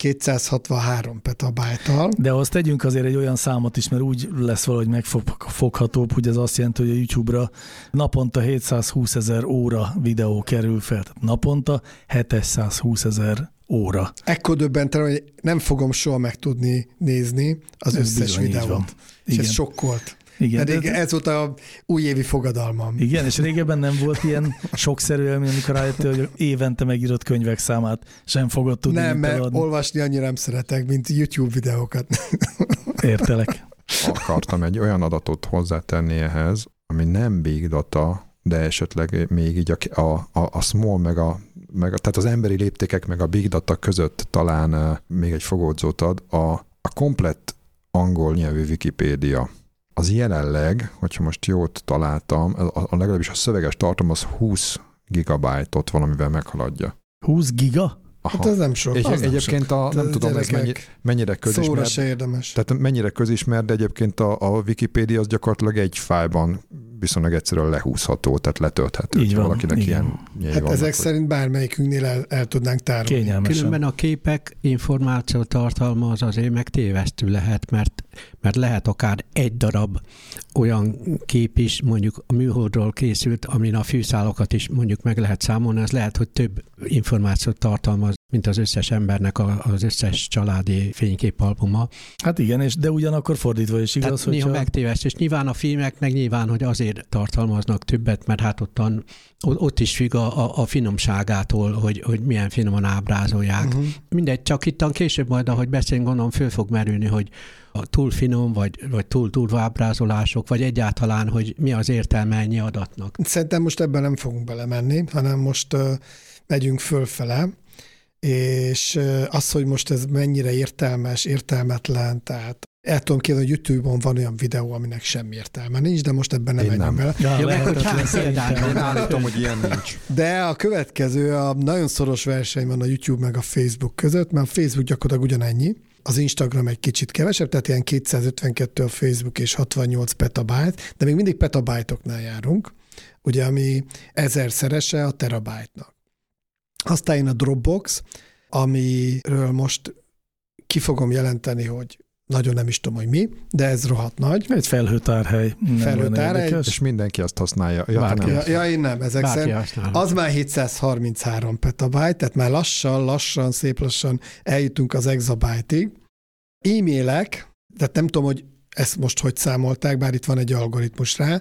263 petabyte-tal. De azt tegyünk azért egy olyan számot is, mert úgy lesz valahogy megfoghatóbb, hogy ez azt jelenti, hogy a YouTube-ra naponta 720 000 óra videó kerül fel. Tehát naponta 720 000 óra. Ekkor döbbenten, hogy nem fogom soha meg tudni nézni az összes videót. És ez sokkolt. Igen, pedig ez volt a újévi fogadalmam. Igen, és régebben nem volt ilyen sokszerű élmény, amikor rájöttél, hogy évente megírott könyvek számát sem fogod tudni. Nem, mert olvasni annyira nem szeretek, mint YouTube videókat. Értelek. Akartam egy olyan adatot hozzátenni ehhez, ami nem big data, de esetleg még így a small tehát az emberi léptékek meg a big data között talán még egy fogódzót ad, a komplett angol nyelvű Wikipédia. Az jelenleg, hogyha most jót találtam, legalábbis a szöveges tartalom az 20 gigabyte-ot valamivel meghaladja. 20 giga? Aha. Hát ez nem sok. Egyébként nem tudom, ez mennyire közismert. Szóra se érdemes. Tehát mennyire közismert, de egyébként a Wikipédia az gyakorlatilag egy fájlban viszonylag egyszerűen lehúzható, tehát letölthető. Így van, valakinek ilyen hát ezek szerint bármelyikünknél el tudnánk tárolni. Kényelmesen. Különben a képek információ tartalmaz azért meg tévesztő lehet, mert lehet akár egy darab olyan kép is, mondjuk a műholdról készült, amin a fűszálakat is mondjuk meg lehet számolni, az lehet, hogy több információt tartalmaz, mint az összes embernek az összes családi fényképalbuma. Hát igen, de ugyanakkor fordítva is igaz, hogy néha megtéveszt, és nyilván a filmek meg nyilván, hogy azért tartalmaznak többet, mert hát ott is függ a finomságától, hogy milyen finoman ábrázolják. Mindegy, csak ittan később majd, ahogy beszélünk, gondolom, föl fog merülni, hogy a túl finom, vagy túl durva ábrázolások, vagy egyáltalán, hogy mi az értelme ennyi adatnak. Szerintem most ebben nem fogunk belemenni, hanem most megyünk fölfele, és az, hogy most ez mennyire értelmes, értelmetlen, tehát el tudom képzelni, hogy YouTube-on van olyan videó, aminek semmi értelme nincs, de most ebben nem megyünk bele. Én állítom, hogy ilyen nincs. De a következő, a nagyon szoros verseny van a YouTube meg a Facebook között, mert a Facebook gyakorlatilag ugyanennyi, az Instagram egy kicsit kevesebb, tehát ilyen 252 a Facebook és 68 petabyte, de még mindig petabyte-oknál járunk, ugye, ami 1000-szerese a terabyte-nak. Aztán jön a Dropbox, amiről most ki fogom jelenteni, hogy nagyon nem is tudom, hogy mi, de ez rohadt nagy. Egy felhőtárhely. Felhőtárhely. És mindenki azt használja. Én nem. Ezek szerint az már 733 petabyte, tehát már lassan, szép lassan eljutunk az exabyte-ig. E-mailek, tehát nem tudom, hogy ezt most hogy számolták, bár itt van egy algoritmus rá,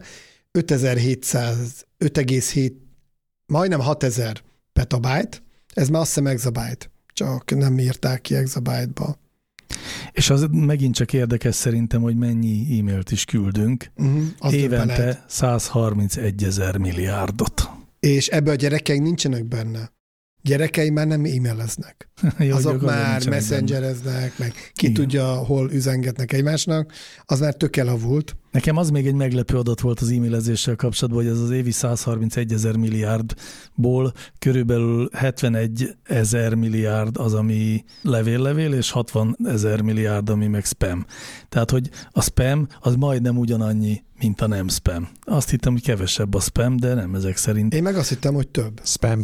5,7, majdnem 6000 petabyte, ez már azt hiszem exabyte, csak nem írták ki exabyte-ba. És az megint csak érdekes szerintem, hogy mennyi e-mailt is küldünk. Évente 131 000 milliárdot. És ebbe a gyerekeink nincsenek benne. Gyerekeim már nem e-maileznek. Azok már messengereznek, meg ki tudja, hol üzengetnek egymásnak, az már tök elavult. Nekem az még egy meglepő adat volt az e-mailezéssel kapcsolatban, hogy ez az évi 131 000 milliárdból körülbelül 71 000 milliárd az, ami levél, és 60 000 milliárd, ami meg spam. Tehát, hogy a spam az majdnem ugyanannyi, mint a nem spam. Azt hittem, hogy kevesebb a spam, de nem ezek szerint. Én meg azt hittem, hogy több. Spam.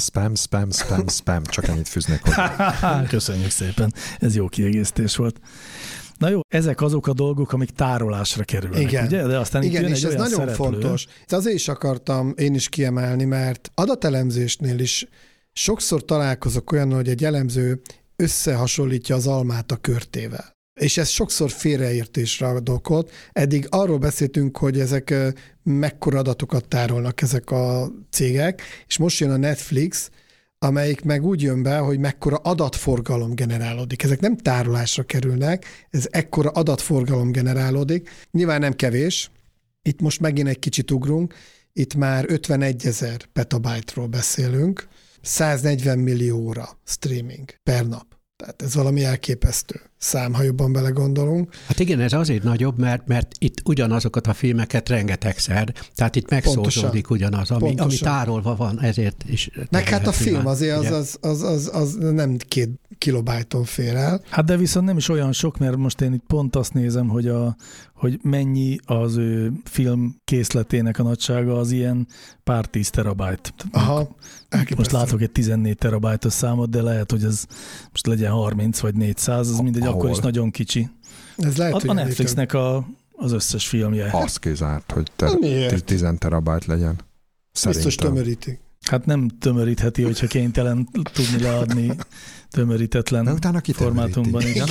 Csak ennyit fűznék hozzá. Köszönjük szépen. Ez jó kiegészítés volt. Na jó, ezek azok a dolgok, amik tárolásra kerülnek, igen. Ugye? De aztán igen, és ez nagyon szereplő. fontos. Azért is akartam én is kiemelni, mert adatelemzésnél is sokszor találkozok olyan, hogy egy elemző összehasonlítja az almát a körtével. És ez sokszor félreértésre ad okot. Eddig arról beszéltünk, hogy ezek mekkora adatokat tárolnak ezek a cégek, és most jön a Netflix, amelyik meg úgy jön be, hogy mekkora adatforgalom generálódik. Ezek nem tárolásra kerülnek, ez ekkora adatforgalom generálódik. Nyilván nem kevés, itt most megint egy kicsit ugrunk, itt már 51 000 petabyte-ról beszélünk, 140 millió óra streaming per nap. Tehát ez valami elképesztő szám, ha jobban belegondolunk. Hát igen, ez azért nagyobb, mert itt ugyanazokat a filmeket rengetegszer, tehát itt megszózódik ugyanaz, ami tárolva van, ezért is. Meg hát a film azért az nem 2 kilobájton fér el. Hát de viszont nem is olyan sok, mert most én itt pont azt nézem, hogy mennyi az ő film készletének a nagysága, az ilyen pár 10 terabyte. Aha, most látok egy 14 terabájtos számot, de lehet, hogy ez most legyen 30 vagy 400, az mindegy, akkor is nagyon kicsi. Ez lehet, a Netflixnek az összes filmje. Az kizárt, hogy 10 terabyte legyen. Szerintem. Biztos tömörítik. Hát nem tömörítheti, hogyha kénytelen tudni leadni tömörítetlen formátumban is.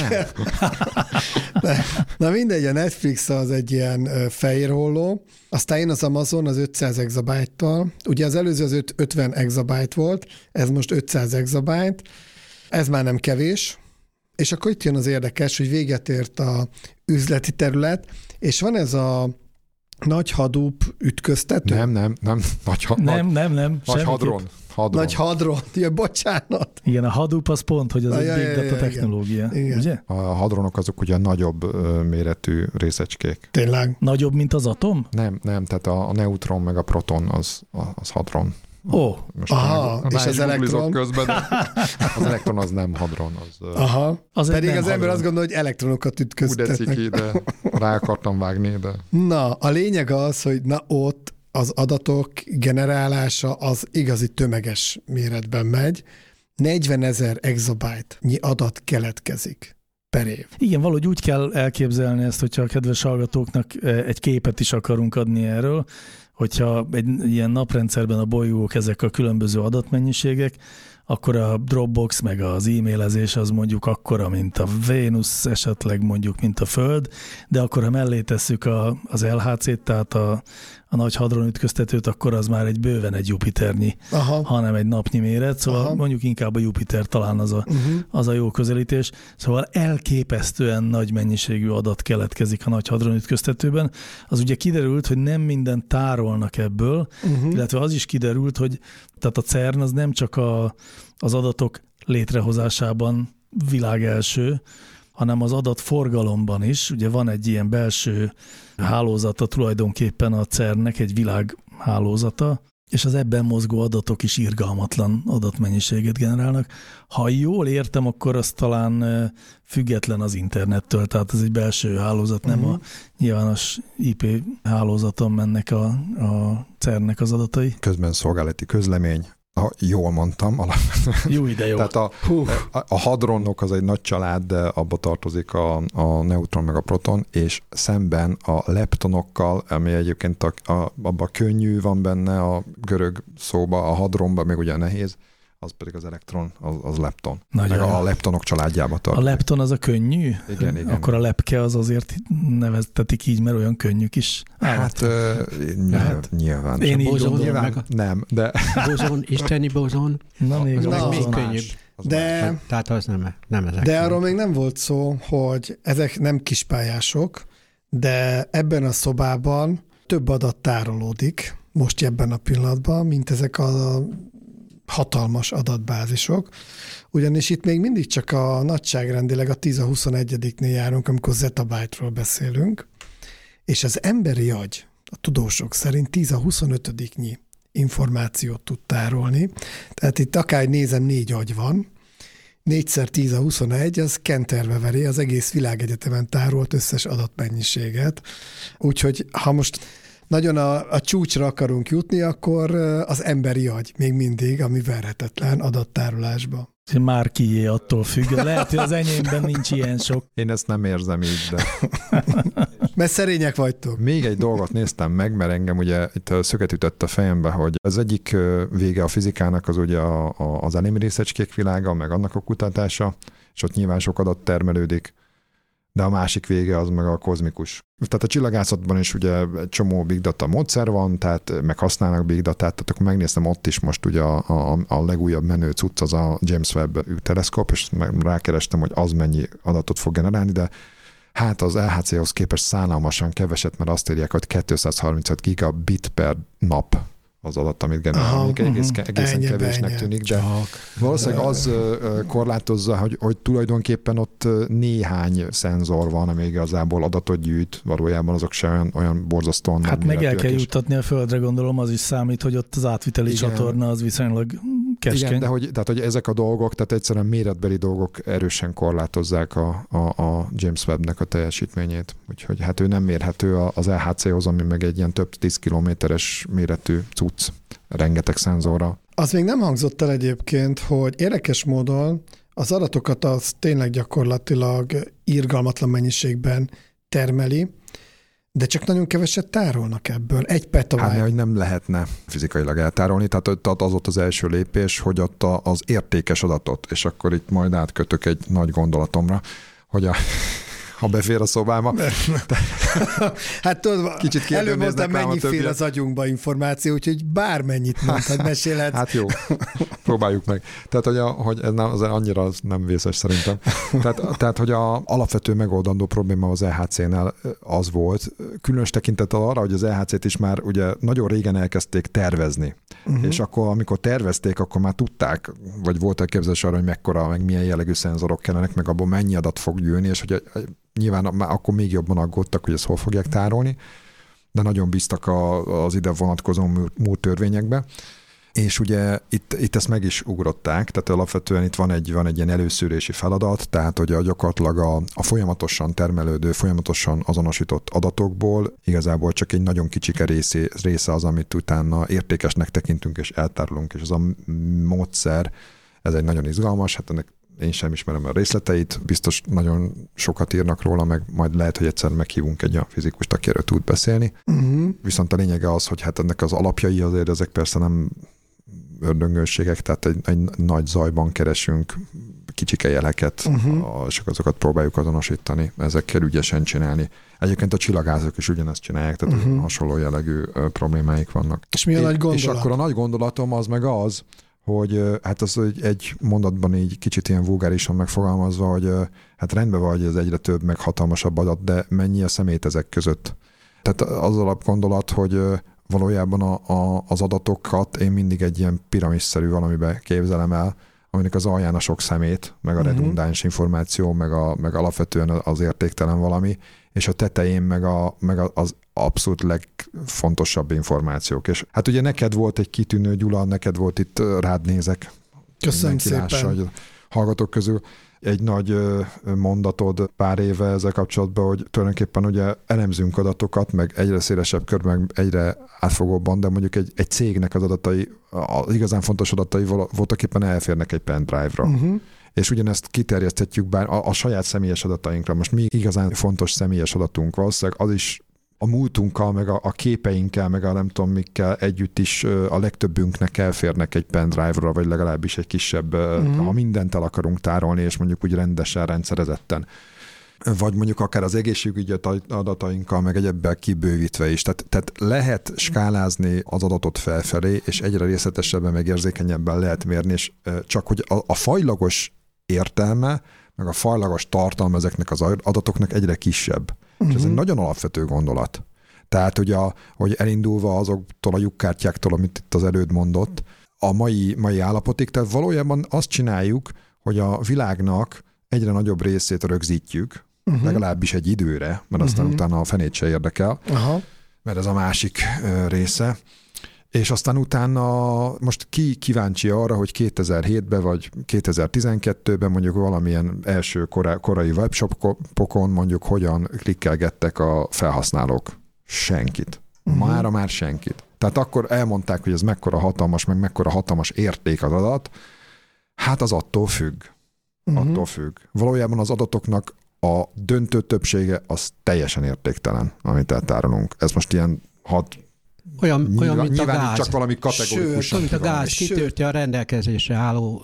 Na mindegy, a Netflix az egy ilyen fehér holló, aztán jön az Amazon az 500 exabyte-tal. Ugye az előző az 50 exabyte volt, ez most 500 exabyte, ez már nem kevés, és akkor itt jön az érdekes, hogy véget ért a üzleti terület, és van ez a nagy Hadoop ütköztető? Nem. Nem. Nagy hadron. Nagy hadron. Ja, bocsánat. Igen, a Hadoop az pont, hogy az egy big data technológia. Igen. Ugye? A hadronok azok ugye nagyobb méretű részecskék. Tényleg. Nagyobb, mint az atom? Nem, tehát a neutron meg a proton az hadron. És az elektron? Közben, de az elektron az nem hadron. Pedig az ember azt gondolja, hogy elektronokat ütköztetnek. Úgy de ciki, de rá akartam vágni, de... Na, a lényeg az, hogy ott az adatok generálása az igazi tömeges méretben megy. 40 000 exabyte-nyi adat keletkezik per év. Igen, valahogy úgy kell elképzelni ezt, hogyha a kedves hallgatóknak egy képet is akarunk adni erről, hogyha egy ilyen naprendszerben a bolygók ezek a különböző adatmennyiségek, akkor a Dropbox meg az e-mailezés az mondjuk akkora, mint a Vénusz, esetleg mondjuk, mint a Föld, de akkor, ha mellé tesszük az LHC-t, tehát a nagy hadronütköztetőt, akkor az már bőven egy Jupiternyi, hanem egy napnyi méret, szóval mondjuk inkább a Jupiter talán az a jó közelítés. Szóval elképesztően nagy mennyiségű adat keletkezik a nagy hadronütköztetőben. Az ugye kiderült, hogy nem mindent tárolnak ebből, illetve az is kiderült, hogy tehát a CERN az nem csak az adatok létrehozásában világ első, hanem az adatforgalomban is. Ugye van egy ilyen belső hálózata tulajdonképpen a CERN-nek, egy világhálózata, és az ebben mozgó adatok is irgalmatlan adatmennyiséget generálnak. Ha jól értem, akkor az talán független az internettől, tehát ez egy belső hálózat, nem a nyilvános IP hálózaton mennek a CERN-nek az adatai. Közben szolgálati közlemény, Jól mondtam. Jó ide jó. Tehát a hadronok az egy nagy család, de abba tartozik a neutron meg a proton, és szemben a leptonokkal, ami egyébként abban könnyű van benne a görög szóba, a hadronban még ugye nehéz, az pedig az elektron, az lepton. Nagyon meg jó. a leptonok családjába tartozik. A lepton az a könnyű? Igen. Akkor a lepke az azért neveztetik így, mert olyan könnyű is. Hát nyilván. Én így bozon, gondolom. meg Nem, de... Bozon, isteni bozon, Na, még az az még az könnyűbb. De, Tehát az nem ezek. de arról még nem volt szó, hogy ezek nem kispályások, de ebben a szobában több adat tárolódik most ebben a pillanatban, mint ezek a hatalmas adatbázisok. Ugyanis itt még mindig csak a nagyságrendileg a 10 a 21-nél járunk, amikor zettabyte-ról beszélünk, és az emberi agy, a tudósok szerint 10 a 25-nyi információt tud tárolni. Tehát itt akár nézem 4 agy van, 4x10 a 21, az kenterbe veri az egész világegyetemen tárolt összes adatmennyiséget. Úgyhogy ha most nagyon a csúcsra akarunk jutni, akkor az emberi agy még mindig, ami verhetetlen adattárolásba. Már kié attól függ. Lehet, hogy az enyémben nincs ilyen sok. Én ezt nem érzem így, de... Mert szerények vagytok. Még egy dolgot néztem meg, mert engem ugye itt szöget ütött a fejembe, hogy az egyik vége a fizikának az ugye az elemi részecskék világa, meg annak a kutatása, és ott nyilván sok adat termelődik, de a másik vége az meg a kozmikus. Tehát a csillagászatban is ugye egy csomó big data módszer van, tehát meg használnak big datát, tehát akkor megnéztem ott is most ugye a legújabb menő cucc az a James Webb teleszkóp, és rákerestem, hogy az mennyi adatot fog generálni, de hát az LHC-hoz képest szánalmasan keveset, mert azt írják, hogy 235 gigabit per nap az adat, amit generálunk. Egészen kevésnek tűnik, de valószínűleg az korlátozza, hogy tulajdonképpen ott néhány szenzor van, ami igazából adatot gyűjt, valójában azok sem olyan borzasztóan. Hát meg el kell juttatni a Földre, gondolom, az is számít, hogy ott az átviteli csatorna az viszonylag keskeny. Igen, de hogy ezek a dolgok, tehát egyszerűen méretbeli dolgok erősen korlátozzák a James Webb-nek a teljesítményét. Úgyhogy hát ő nem mérhető az LHC-hoz, ami meg egy ilyen több 10 kilométeres méretű cucc, rengeteg szenzorra. Az még nem hangzott el egyébként, hogy érdekes módon az adatokat az tényleg gyakorlatilag irgalmatlan mennyiségben termeli, de csak nagyon keveset tárolnak ebből. 1 petabyte. Hát hogy nem lehetne fizikailag eltárolni, tehát az ott az első lépés, hogy adta az értékes adatot, és akkor itt majd átkötök egy nagy gondolatomra, hogy ha befér a szobába. Hát tudod, kicsit előbb mondtam, mennyi fél az agyunkba információ, úgyhogy bármennyit mondtad, mesélhetsz. Hát jó, próbáljuk meg. Tehát, hogy ez annyira nem vészes szerintem. Tehát hogy alapvető megoldandó probléma az EHC-nál az volt, különös tekintettel arra, hogy az EHC-t is már ugye nagyon régen elkezdték tervezni. És akkor, amikor tervezték, akkor már tudták, vagy volt elképzelés arra, hogy mekkora, meg milyen jellegű szenzorok kellenek, meg abból mennyi adat fog gyűlni, és hogy nyilván már akkor még jobban aggódtak, hogy ezt hol fogják tárolni, de nagyon bíztak az ide vonatkozó múlttörvényekbe. És ugye itt ezt meg is ugrották, tehát alapvetően itt van egy ilyen előszűrési feladat, tehát hogy gyakorlatilag a folyamatosan termelődő, folyamatosan azonosított adatokból igazából csak egy nagyon kicsike része az, amit utána értékesnek tekintünk és eltárolunk, és az a módszer, ez egy nagyon izgalmas, hát ennek én sem ismerem a részleteit, biztos nagyon sokat írnak róla, meg majd lehet, hogy egyszer meghívunk egy olyan fizikust, aki erről tud beszélni. Viszont a lényege az, hogy hát ennek az alapjai azért ezek persze nem ördöngőségek, tehát egy nagy zajban keresünk kicsike jeleket, és azokat próbáljuk azonosítani, ezekkel ügyesen csinálni. Egyébként a csillagászok is ugyanezt csinálják, tehát hasonló jellegű problémáik vannak. És mi a nagy gondolat? És akkor a nagy gondolatom az meg az, hogy hát az egy mondatban így kicsit ilyen vulgárisan megfogalmazva, hogy hát rendben van, hogy ez egyre több, meg hatalmasabb adat, de mennyi a szemét ezek között. Tehát az alapgondolat, hogy valójában az adatokat én mindig egy ilyen piramisszerű valamibe képzelem el, aminek az alján a sok szemét, meg a redundáns információ, meg alapvetően az értéktelen valami, és a tetején meg az abszolút legfontosabb információk. És hát ugye neked volt egy kitűnő, Gyula, neked volt itt, rád nézek. Köszönöm szépen. Lássa, hallgatók közül egy nagy mondatod pár éve ezzel kapcsolatban, hogy tulajdonképpen ugye elemzünk adatokat, meg egyre szélesebb kör, meg egyre átfogóbban, de mondjuk egy cégnek az adatai, az igazán fontos adatai voltak éppen elférnek egy pendrive-ra. És ugyanezt kiterjeszthetjük bár a saját személyes adatainkra. Most mi igazán fontos személyes adatunk? Valószínűleg az is a múltunkkal, meg a képeinkkel, meg a nem tudom mikkel együtt is a legtöbbünknek elférnek egy pendrive-ra, vagy legalábbis egy kisebb, ha mindent el akarunk tárolni, és mondjuk úgy rendesen, rendszerezetten. Vagy mondjuk akár az egészségügyi adatainkkal, meg egyebbel kibővítve is. Tehát lehet skálázni az adatot felfelé, és egyre részletesebben, meg érzékenyebben lehet mérni, és csak hogy a fajlagos értelme, meg a fajlagos tartalma ezeknek az adatoknak egyre kisebb. És ez egy nagyon alapvető gondolat. Tehát, hogy elindulva azoktól a lyukkártyáktól, amit itt az előd mondott, a mai állapotig, tehát valójában azt csináljuk, hogy a világnak egyre nagyobb részét rögzítjük, legalábbis egy időre, mert aztán utána a fenét se érdekel, mert ez a másik része. És aztán utána most ki kíváncsi arra, hogy 2007-ben vagy 2012-ben mondjuk valamilyen első korai webshopokon mondjuk hogyan klikkelgettek a felhasználók? Senkit. Mára már senkit. Tehát akkor elmondták, hogy ez mekkora hatalmas, meg mekkora hatalmas érték az adat. Hát az attól függ. Attól függ. Valójában az adatoknak a döntő többsége az teljesen értéktelen, amit eltárolunk. Ez most ilyen Olyan, mint a gáz. Csak valami kategorikus. Sőt, mint a gáz kitölti a rendelkezésre álló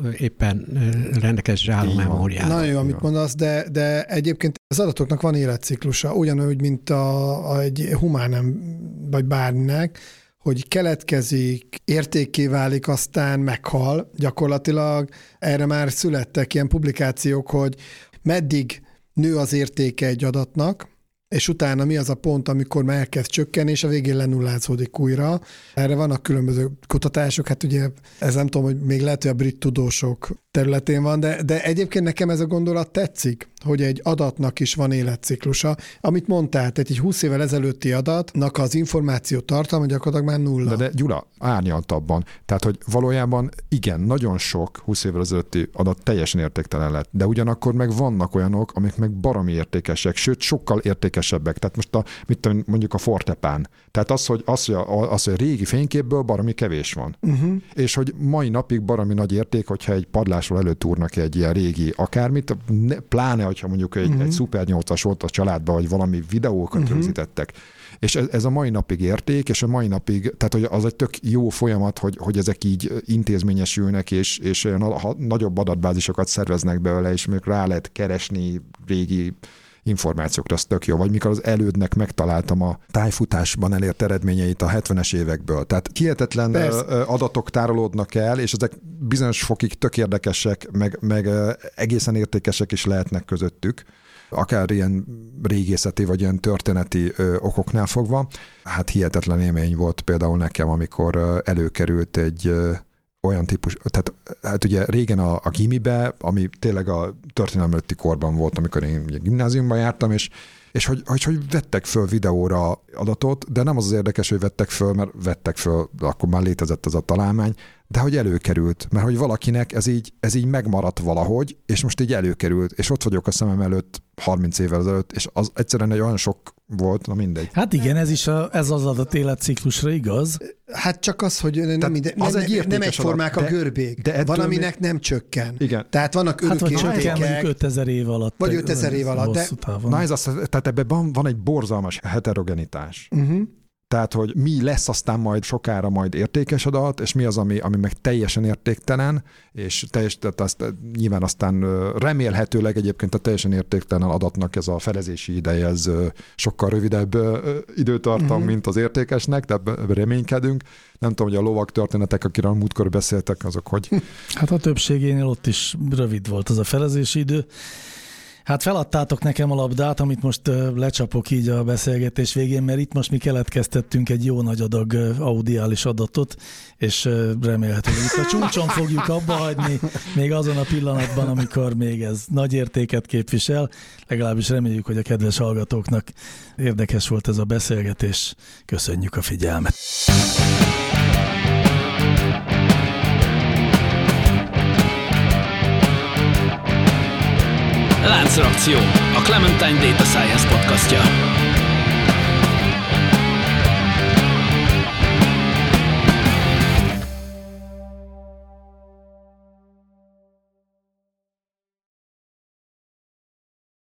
memóriát. Nagyon jó, amit mondasz, de egyébként az adatoknak van életciklusa, ugyanúgy, mint egy humán vagy bárminek, hogy keletkezik, értékké válik, aztán meghal. Gyakorlatilag erre már születtek ilyen publikációk, hogy meddig nő az értéke egy adatnak, és utána mi az a pont, amikor már elkezd csökkenni, és a végén lenullázódik újra. Erre vannak különböző kutatások, hát ugye ez nem tudom, hogy még lehet, hogy a brit tudósok területén van, de egyébként nekem ez a gondolat tetszik, hogy egy adatnak is van életciklusa. Amit mondtál, tehát egy 20 évvel ezelőtti adatnak az információ tartalma gyakorlatilag már nulla. De Gyula, árnyaltabban. Tehát, hogy valójában igen, nagyon sok 20 évvel ezelőtti adat teljesen értéktelen lett, de ugyanakkor meg vannak olyanok, amik meg baromi értékesek, sőt, sokkal értékesebbek. Tehát most mondjuk a fortepán. Tehát az, hogy a régi fényképből baromi kevés van. És hogy mai napig baromi nagy érték, hogyha egy padlásról előtúrnak egy ilyen régi akármit, pláne, hogyha mondjuk egy Super 8-as volt a családban, vagy valami videókat rögzítettek. És ez a mai napig érték, és a mai napig, tehát hogy az egy tök jó folyamat, hogy ezek így intézményesülnek, és olyan nagyobb adatbázisokat szerveznek belőle, és még rá lehet keresni régi információkra, az tök jó. Vagy mikor az elődnek megtaláltam a tájfutásban elért eredményeit a 70-es évekből. Tehát hihetetlen adatok tárolódnak el, és ezek bizonyos fokig tök érdekesek, meg egészen értékesek is lehetnek közöttük. Akár ilyen régészeti, vagy ilyen történeti okoknál fogva. Hát hihetetlen élmény volt például nekem, amikor előkerült egy olyan típus, tehát hát ugye régen a gimibe, ami tényleg a történelem előtti korban volt, amikor én gimnáziumban jártam, és hogy vettek föl videóra adatot, de nem az érdekes, hogy vettek föl, mert vettek föl, akkor már létezett az a találmány, de hogy előkerült, mert hogy valakinek ez így megmaradt valahogy, és most így előkerült, és ott vagyok a szemem előtt 30 évvel ezelőtt, és az egyszerűen egy olyan sok volt, na mindegy. Hát igen, ez az adat életciklusra igaz. Hát csak az, hogy nem egyformák a görbék. De van, aminek nem csökken. Igen. Tehát vannak örökértékek. Hát 5000 év alatt. Vagy 5000 év alatt. Na ez az, tehát ebben van egy borzalmas heterogenitás. Tehát, hogy mi lesz aztán majd sokára majd értékes adat, és mi az, ami meg teljesen értéktelen, és tehát azt, nyilván aztán remélhetőleg egyébként a teljesen értéktelen adatnak ez a felezési ideje, ez sokkal rövidebb időtartam, mint az értékesnek, tehát reménykedünk. Nem tudom, hogy a lovak történetek, akiről múltkor beszéltek, azok hogy? Hát a többségénél ott is rövid volt az a felezési idő. Hát feladtátok nekem a labdát, amit most lecsapok így a beszélgetés végén, mert itt most mi keletkeztettünk egy jó nagy adag audiális adatot, és remélhetőleg itt a csúcson fogjuk abba hagyni, még azon a pillanatban, amikor még ez nagy értéket képvisel. Legalábbis reméljük, hogy a kedves hallgatóknak érdekes volt ez a beszélgetés. Köszönjük a figyelmet! Lánzreakció, a Clementine Data Science podcastja.